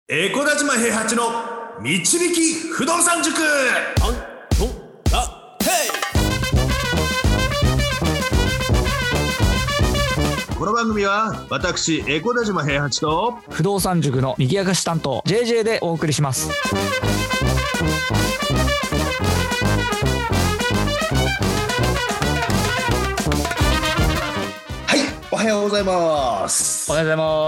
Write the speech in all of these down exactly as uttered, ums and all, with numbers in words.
エコダ島平八の導き不動産塾。この番組は私エコダ島平八と不動産塾の右明かし担当 ジェイジェイ でお送りします。 おはようございます。 おはようございます。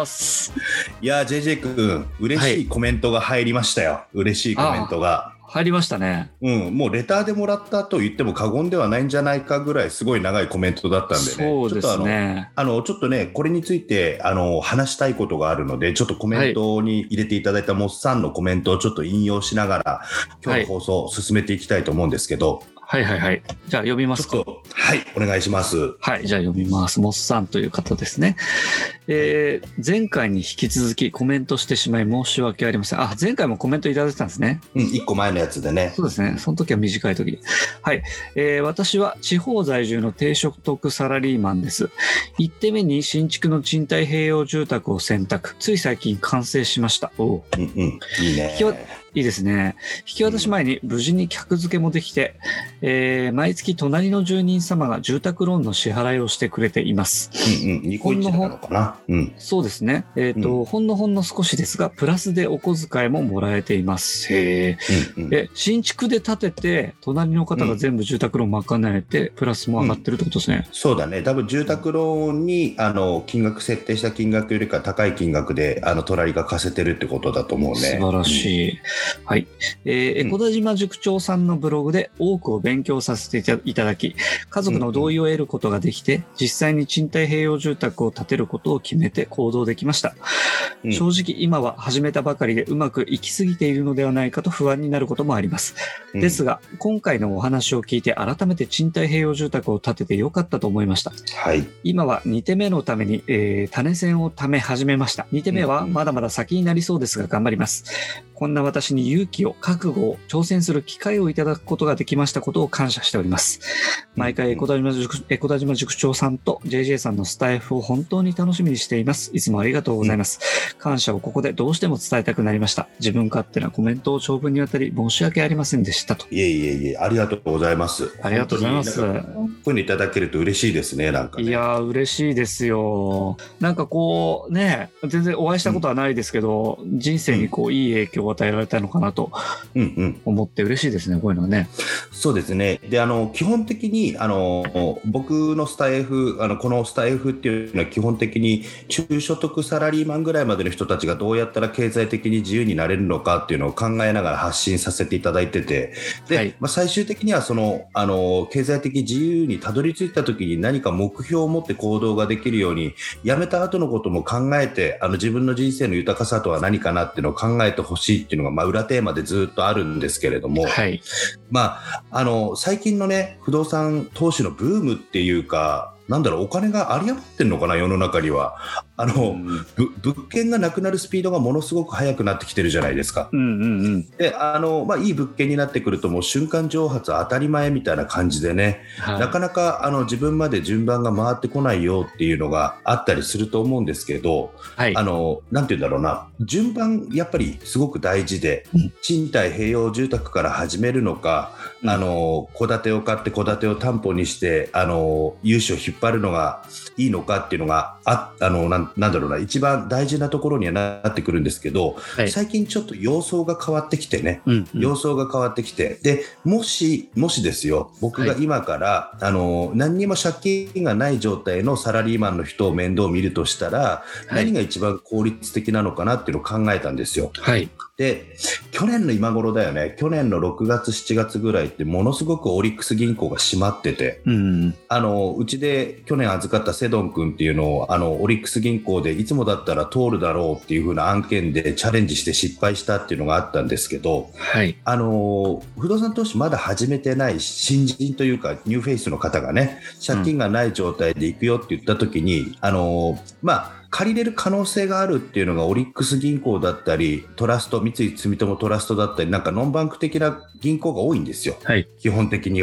いや ジェイジェイ 君嬉しいコメントが入りましたよ、はい、嬉しいコメントが入りましたね。 うん、もうレターでもらったと言っても過言ではないんじゃないかぐらいすごい長いコメントだったんでね。 そうですね。 ちょっとあの、あのちょっとねこれについてあの話したいことがあるので、ちょっとコメントに入れていただいたモッさんのコメントをちょっと引用しながら今日の放送を進めていきたいと思うんですけど、 はい、はいはいはい。じゃあ読みますか。 はいお願いします。 はいじゃあ読みます。モッさんという方ですね。えー、前回に引き続きコメントしてしまい申し訳ありません。あ、前回もコメントいただいてたんですね。 うん、いっこまえのやつでね。 そうですね。その時は短い時に。はい、えー。私は地方在住の低所得サラリーマンです。いってんめに新築の賃貸併用住宅を選択。つい最近完成しました。おう、 うんうん、いいね。 いいですね。引き渡し前に無事に客付けもできて、えー、毎月隣の住人様が住宅ローンの支払いをしてくれています。 うんうん、ニコイチなのかな。うん、 そうですね。えっと、うん、ほんのほんの少しですが、プラスでお小遣いももらえています。へー、うんうん、で新築で建てて、隣の方が全部住宅ローン賄えて、うん、プラスも上がってるってことですね。 うん、そうだね。多分住宅ローンにあの金額設定した金額よりか高い金額であの隣が貸せてるってことだと思うね。 素晴らしい。うん、はい、えー、江古田島塾長さんのブログで多くを勉強させていただき、家族の同意を得ることができて、実際に賃貸併用住宅を建てることを決めて行動できました。うん、正直今は始めたばかりでうまくいきすぎているのではないかと不安になることもあります。うん、ですが、今回のお話を聞いて改めて賃貸併用住宅を建ててよかったと思いました。 はい、 今はにてんめのために、えー、種銭を貯め始めました。にてんめはまだまだ先になりそうですが頑張ります。こんな私に勇気を覚悟を挑戦する機会をいただくことができましたことを感謝しております。毎回エコダ島塾、エコダ島塾長さんと ジェイジェイ さんのスタイフを本当に楽しみにしています。いつもありがとうございます。うん、感謝をここでどうしても伝えたくなりました。自分勝手なコメントを長文にわたり申し訳ありませんでしたと。 いえいえいえ、ありがとうございます。 ありがとうございます。こういうのいただけると嬉しいですね。なんかね、 いや嬉しいですよ。なんかこうね、全然お会いしたことはないですけど、うん、人生にこういい影響を与えられたのかなと思って嬉しいですね。こういうのはね。 そうですね。で、あの基本的にあの僕のスタイフ、あのこのスタイフっていうのは基本的に中所得サラリーマンぐらいまでの人たちがどうやったら経済的に自由になれるのかっていうのを考えながら発信させていただいてて、で、はい、まあ、最終的にはそのあの経済的自由にたどり着いた時に何か目標を持って行動ができるように、辞めた後のことも考えて、あの自分の人生の豊かさとは何かなっていうのを考えてほしいっていうのが、まあ、裏テーマでずっとあるんですけれども、 はい、 まあ、あの最近のね不動産投資のブームっていうか、なんだろう、お金が有り余ってんのかな、世の中には。あの、うん、物件がなくなるスピードがものすごく速くなってきてるじゃないですか。 うんうんうん、 で、あの、まあ、いい物件になってくるともう瞬間蒸発当たり前みたいな感じでね、はい、なかなかあの自分まで順番が回ってこないよっていうのがあったりすると思うんですけど、はい、あの、なんて言うんだろうな、順番やっぱりすごく大事で、うん、賃貸併用住宅から始めるのか、うん、あの、戸建てを買って戸建てを担保にして、あの、融資を引っ張るのがいいのかっていうのがあ、あの、なんなんだろうな、一番大事なところにはなってくるんですけど、はい、最近ちょっと様相が変わってきてね、うんうん、様相が変わってきて、で、もし、もしですよ、僕が今から、はい、あの、何にも借金がない状態のサラリーマンの人を面倒を見るとしたら、はい、何が一番効率的なのかなっていうのを考えたんですよ。 はい。 で、去年の今頃だよね、去年のろくがつ、しちがつぐらいってものすごくオリックス銀行が閉まってて、うん、あの、うちで去年預かったセドン君っていうのを、あの、オリックス銀行でいつもだったら通るだろうっていう風な案件でチャレンジして失敗したっていうのがあったんですけど、はい、あの、不動産投資まだ始めてない新人というかニューフェイスの方がね、借金がない状態で行くよって言った時に、うん、あの、まあ、借りれる可能性があるっていうのがオリックス銀行だったりトラスト、三井住友トラストだったりなんかノンバンク的な銀行が多いんですよ、はい、基本的には。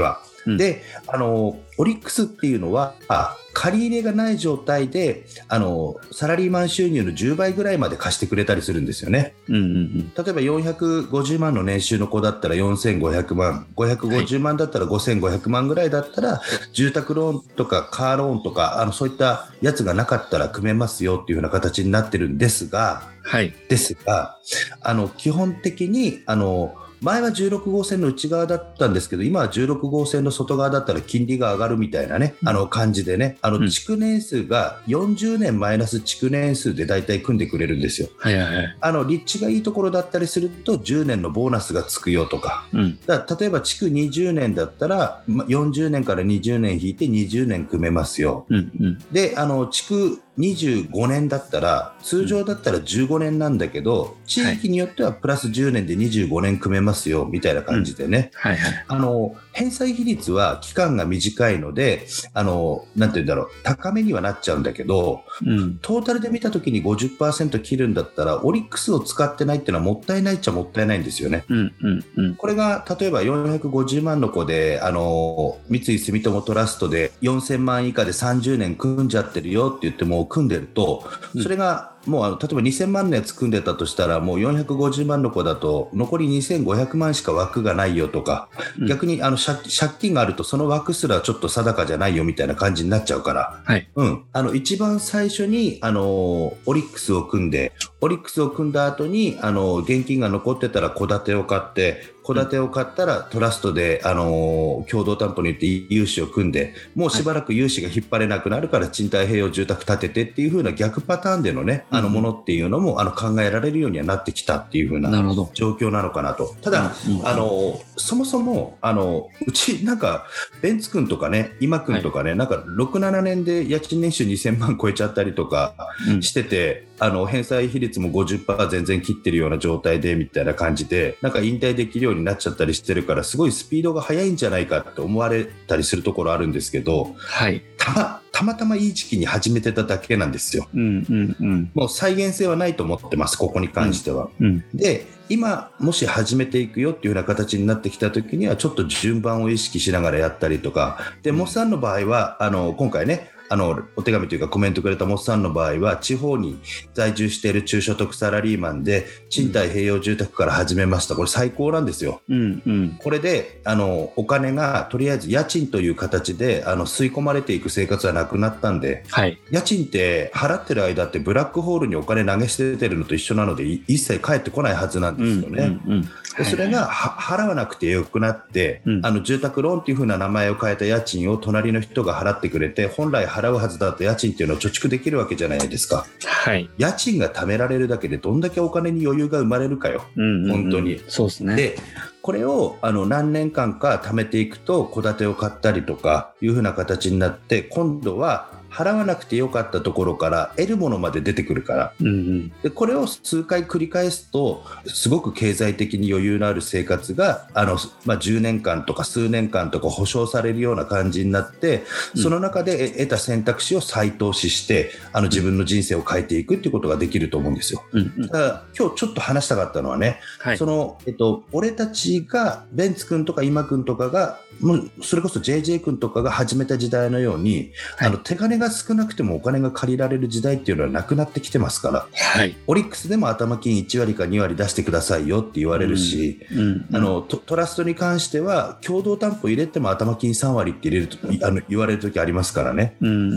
うん、であのオリックスっていうのは借り入れがない状態であのサラリーマン収入のじゅうばいぐらいまで貸してくれたりするんですよね、うんうんうん、例えばよんひゃくごじゅうまんの年収の子だったらよんせんごひゃくまん、ごひゃくごじゅうまんだったらごせんごひゃくまんぐらいだったら、はい、住宅ローンとかカーローンとかあのそういったやつがなかったら組めますよっていう風な形になってるんですが、はい、ですがあの基本的にあの前はじゅうろくごうせんの内側だったんですけど、今はじゅうろくごうせんの外側だったら金利が上がるみたいなね、うん、あの感じでね、あの築年数がよんじゅうねんマイナス築年数でだいたい組んでくれるんですよ。はいはいはい、あの立地がいいところだったりするとじゅうねんのボーナスがつくよとか、うん、だから例えば築にじゅうねんだったらよんじゅうねんからにじゅうねん引いてにじゅうねん組めますよ。うんうん、で、あの築にじゅうごねんだったら通常だったらじゅうごねんなんだけど、地域によってはプラスじゅうねんでにじゅうごねん組めますよみたいな感じでね、うんはいはい、あの返済比率は期間が短いのであのなんて言うんだろう高めにはなっちゃうんだけど、うん、トータルで見た時に ごじゅっパーセント 切るんだったらオリックスを使ってないっていうのはもったいないっちゃもったいないんですよね、うんうんうん、これが例えばよんひゃくごじゅうまんの子であの三井住友トラストでよんせんまん以下でさんじゅうねん組んじゃってるよって言っても組んでるとそれがもうあの例えばにせんまんのやつ組んでたとしたらもうよんひゃくごじゅうまんの子だと残りにせんごひゃくまんしか枠がないよとか、うん、逆にあの 借, 借金があるとその枠すらちょっと定かじゃないよみたいな感じになっちゃうから、はいうん、あの一番最初にあのオリックスを組んでオリックスを組んだ後にあの現金が残ってたら戸建てを買って戸建てを買ったらトラストで、あのー、共同担保によって融資を組んでもうしばらく融資が引っ張れなくなるから賃貸併用住宅建ててっていう風な逆パターンでのね、あのものっていうのもあの考えられるようにはなってきたっていう風な状況なのかなと。ただ、あのー、そもそもあのうちなんかベンツ君とかね今君とかね、はい、なんかろく、ななねんで家賃年収にせんまん超えちゃったりとかしてて、うん、あの返済比率も ごじゅっパーセント 全然切ってるような状態でみたいな感じでなんか引退できるようになっちゃったりしてるからすごいスピードが速いんじゃないかって思われたりするところあるんですけど、はい、たま、たまたまいい時期に始めてただけなんですよ、うんうんうん、もう再現性はないと思ってますここに関しては、うんうん、で今もし始めていくよっていうような形になってきた時にはちょっと順番を意識しながらやったりとかで、モッさんの場合はあの今回ねあのお手紙というかコメントくれたモッさんの場合は地方に在住している中所得サラリーマンで賃貸併用住宅から始めました。これ最高なんですよ、うんうん、これであのお金がとりあえず家賃という形であの吸い込まれていく生活はなくなったんで、はい、家賃って払ってる間ってブラックホールにお金投げ捨ててるのと一緒なので一切返ってこないはずなんですよね、うんうんうん、でそれが払わなくてよくなって、うん、あの住宅ローンっていう風な名前を変えた家賃を隣の人が払ってくれて本来払うはずだと家賃っていうのを貯蓄できるわけじゃないですか、はい、家賃が貯められるだけでどんだけお金に余裕が生まれるかよ、うんうんうん、本当にそうですね。でこれをあの何年間か貯めていくと戸建てを買ったりとかいう風な形になって今度は払わなくてよかったところから得るものまで出てくるから、うんうん、でこれを数回繰り返すとすごく経済的に余裕のある生活があの、まあ、じゅうねんかんとか数年間とか保証されるような感じになってその中で得た選択肢を再投資してあの自分の人生を変えていくっていうことができると思うんですよ、うんうん、ただ今日ちょっと話したかったのはね、はい、その、えっと、俺たちがベンツ君とか今君とかがもうそれこそ ジェイジェイ 君とかが始めた時代のように、はい、あの手金が少なくてもお金が借りられる時代っていうのはなくなってきてますから、はい、オリックスでも頭金いちわりかにわり出してくださいよって言われるし、うんうんうん、あの ト, トラストに関しては共同担保入れても頭金さんわりって入れるとあの言われる時ありますからね、うんうんうんうん、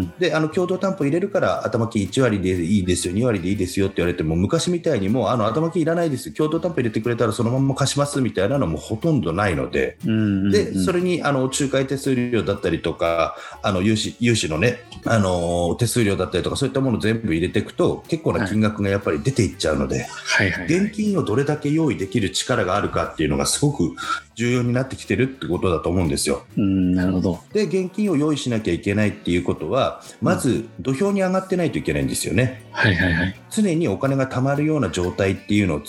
であの共同担保入れるから頭金いちわりでいいですよにわりでいいですよって言われても昔みたいにもうあの頭金いらないです共同担保入れてくれたらそのまま貸しますみたいなのもほとんどないので、うんうんうん、でそれにあの仲介手数料だったりとかあの融資、融資のねあの手数料だったりとかそういったものを全部入れていくと結構な金額がやっぱり出ていっちゃうので、はいはいはいはい、現金をどれだけ用意できる力があるかっていうのがすごく重要になってきてるってことだと思うんですよ。うん、なるほど。で現金を用意しなきゃいけないっていうことはまず土俵に上がってないといけないんですよね、うん、はいはいはい。常にお金が貯まるような状態っていうのを作り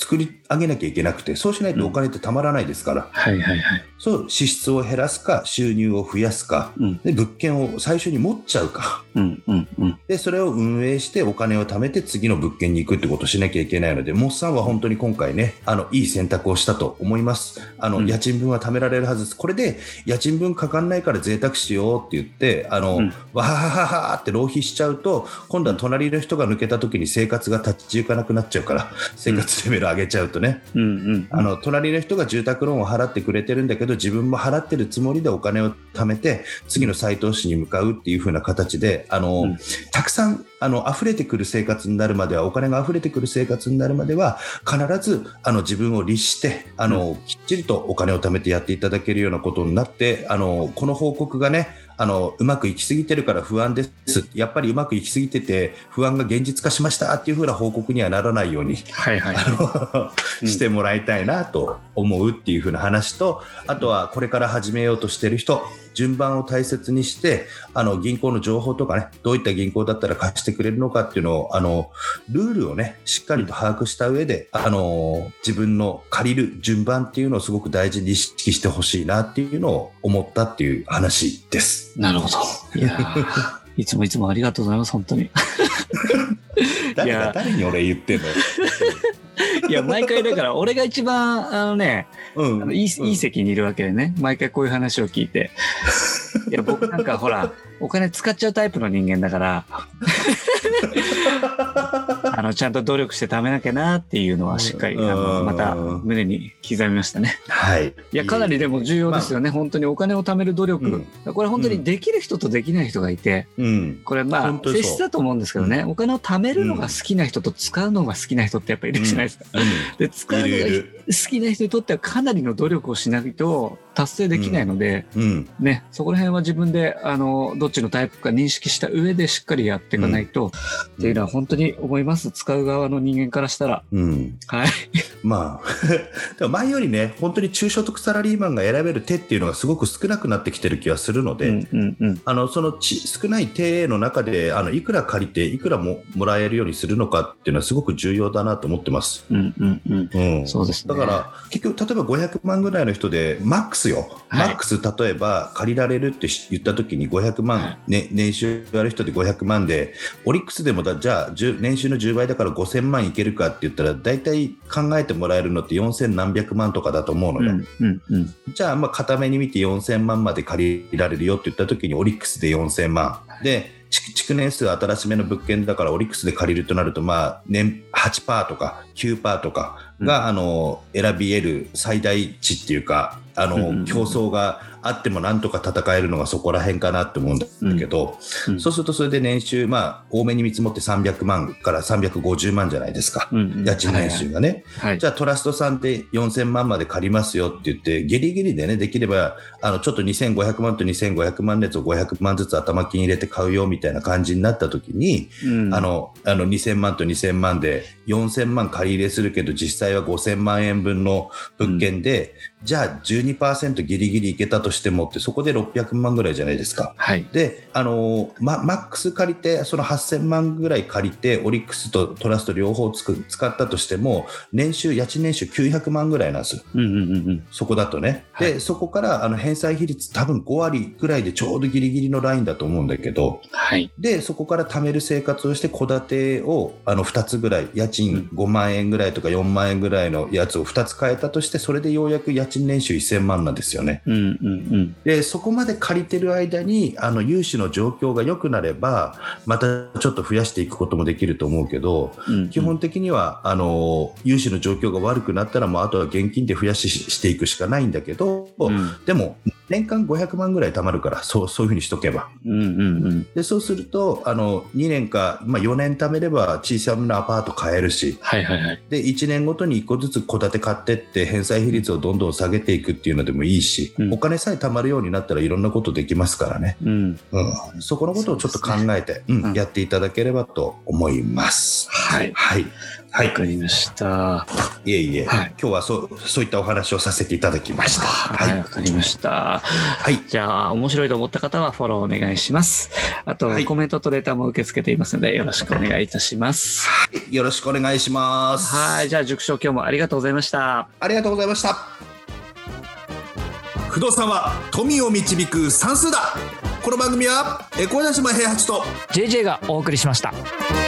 上げなきゃいけなくて、そうしないとお金ってたまらないですから、うんはいはいはい、 そう支出を減らすか収入を増やすか、うん、で物件を最初に持っちゃうか、うんうんうん、でそれを運営してお金を貯めて次の物件に行くってことをしなきゃいけないので、モッさんは本当に今回ねあのいい選択をしたと思います。あの、うん、家賃分は貯められるはずです。これで家賃分かかんないから贅沢しようって言ってあの、うん、わははははって浪費しちゃうと、今度は隣の人が抜けた時に生活が立ち行かなくなっちゃうから、生活レベル上げちゃうとね、うんうんうん、あの隣の人が住宅ローンを払ってくれてるんだけど自分も払ってるつもりでお金を貯めて次の再投資に向かうっていう風な形であの、うん、たくさんあの溢れてくる生活になるまではお金が溢れてくる生活になるまでは必ずあの自分を律してあの、うん、きっちりとお金を貯めてやっていただけるようなことになってあのこの報告がねあのうまくいきすぎてるから不安です、やっぱりうまくいきすぎてて不安が現実化しましたっていう風な報告にはならないように、はいはいはい、してもらいたいなと思うっていう風な話と、あとはこれから始めようとしてる人、順番を大切にしてあの銀行の情報とかね、どういった銀行だったら貸してくれるのかっていうのをあのルールをねしっかりと把握した上であの自分の借りる順番っていうのをすごく大事に意識してほしいなっていうのを思ったっていう話です。 なるほど。いやいつもいつもありがとうございます本当に。 誰が誰に俺言ってんのよ。 いや毎回だから俺が一番あのね、うん、あのいい、うん、いい席にいるわけでね、毎回こういう話を聞いて、いや僕なんかほらお金使っちゃうタイプの人間だからあのちゃんと努力して貯めなきゃなっていうのはしっかりあのまた胸に刻みましたね。 はい。 いやかなりでも重要ですよね、まあ、本当にお金を貯める努力、うん、これ本当にできる人とできない人がいて、うん、これまあ性質だと思うんですけどね、うん、お金を貯めるのが好きな人と使うのが好きな人ってやっぱりいるじゃないですか、うんうん、で使うのが好きな人にとってはかなりの努力をしないと達成できないので、うんうんね、そこら辺は自分であのどっちのタイプか認識した上でしっかりやっていかないと、うん、っていうのは本当に思います。使う側の人間からしたら、うん、はいまあでも前よりね本当に中所得サラリーマンが選べる手っていうのがすごく少なくなってきてる気がするので、うんうんうん、あのそのち少ない手の中であのいくら借りていくらももらえるようにするのかっていうのはすごく重要だなと思ってます、うんうんうんうん、そうですね。だから結局例えばごひゃくまんぐらいの人でマックスよ、はい、マックス例えば借りられるって言った時にごひゃくまん、はいね、年収ある人でごひゃくまんでオリックスでもだじゃあ年収のじゅうばいだからごせんまんいけるかって言ったら大体考えてもらえるのってよんせんなんびゃくまんとかだと思うので、うんうんうん、じゃあまあ片目に見てよんせんまんまで借りられるよって言った時にオリックスでよんせんまんで築年数新しめの物件だからオリックスで借りるとなるとまあ年 はちパーセント とか きゅうパーセント とかが、うん、あの選び得る最大値っていうかあの、うんうんうん、競争があってもなんとか戦えるのがそこら辺かなって思うんだけど、うんうん、そうするとそれで年収まあ多めに見積もってさんびゃくまんからさんびゃくごじゅうまんじゃないですか、うんうん、家賃年収がね、はいはい、じゃあトラストさんでよんせんまんまで借りますよって言ってギリギリでねできればあのちょっとにせんごひゃくまんとにせんごひゃくまんのやつをごひゃくまんずつ頭金入れて買うよみたいな感じになった時に、うん、あのあのにせんまんとにせんまんでよんせんまん借り入れするけど実際はごせんまんえんぶんの物件で、うん、じゃあ じゅうにパーセント ギリギリいけたとしてもってそこでろっぴゃくまんぐらいじゃないですか、はい、であの、ま、マックス借りてそのはっせんまんぐらい借りてオリックスとトラスト両方つく使ったとしても年収家賃年収きゅうひゃくまんぐらいなんです、うんうんうんうん、そこだとね、はい、でそこからあの返済比率多分ごわりぐらいでちょうどギリギリのラインだと思うんだけど、はい、でそこから貯める生活をして戸建てをあのふたつぐらい家賃ごまんえんぐらいとかよんまんえんぐらいのやつをふたつ買えたとしてそれでようやく家賃年収せんまんなんですよね、うんうんうん、でそこまで借りてる間にあの融資の状況が良くなればまたちょっと増やしていくこともできると思うけど、うんうん、基本的にはあの融資の状況が悪くなったらもうあとは現金で増やししていくしかないんだけど、うん、でも年間ごひゃくまんぐらい貯まるからそう、そういうふうにしとけば、うんうんうん、でそうするとあのにねんか、まあ、よねん貯めれば小さめのアパート買えるし、はいはいはい、でいちねんごとにいっこずつ戸建て買ってって返済比率をどんどん下げていくっていうのでもいいし、うん、お金さえ貯まるようになったらいろんなことできますからね、うんうん、そこのことをちょっと考えて、ねうん、やっていただければと思います。はい、はい、 はい。 わかりました。 いえいえ、はい、今日はそう、そういったお話をさせていただきました。 はい、わかりました。はい。じゃあ、面白いと思った方はフォローお願いします。あと、はい、コメントとレターも受け付けていますので、よろしくお願いいたします。 はい。よろしくお願いします。 はい。じゃあ、塾長今日もありがとうございました。 ありがとうございました。不動産は富を導く算数だ。この番組は小枝島平八とジェイジェイ がお送りしました。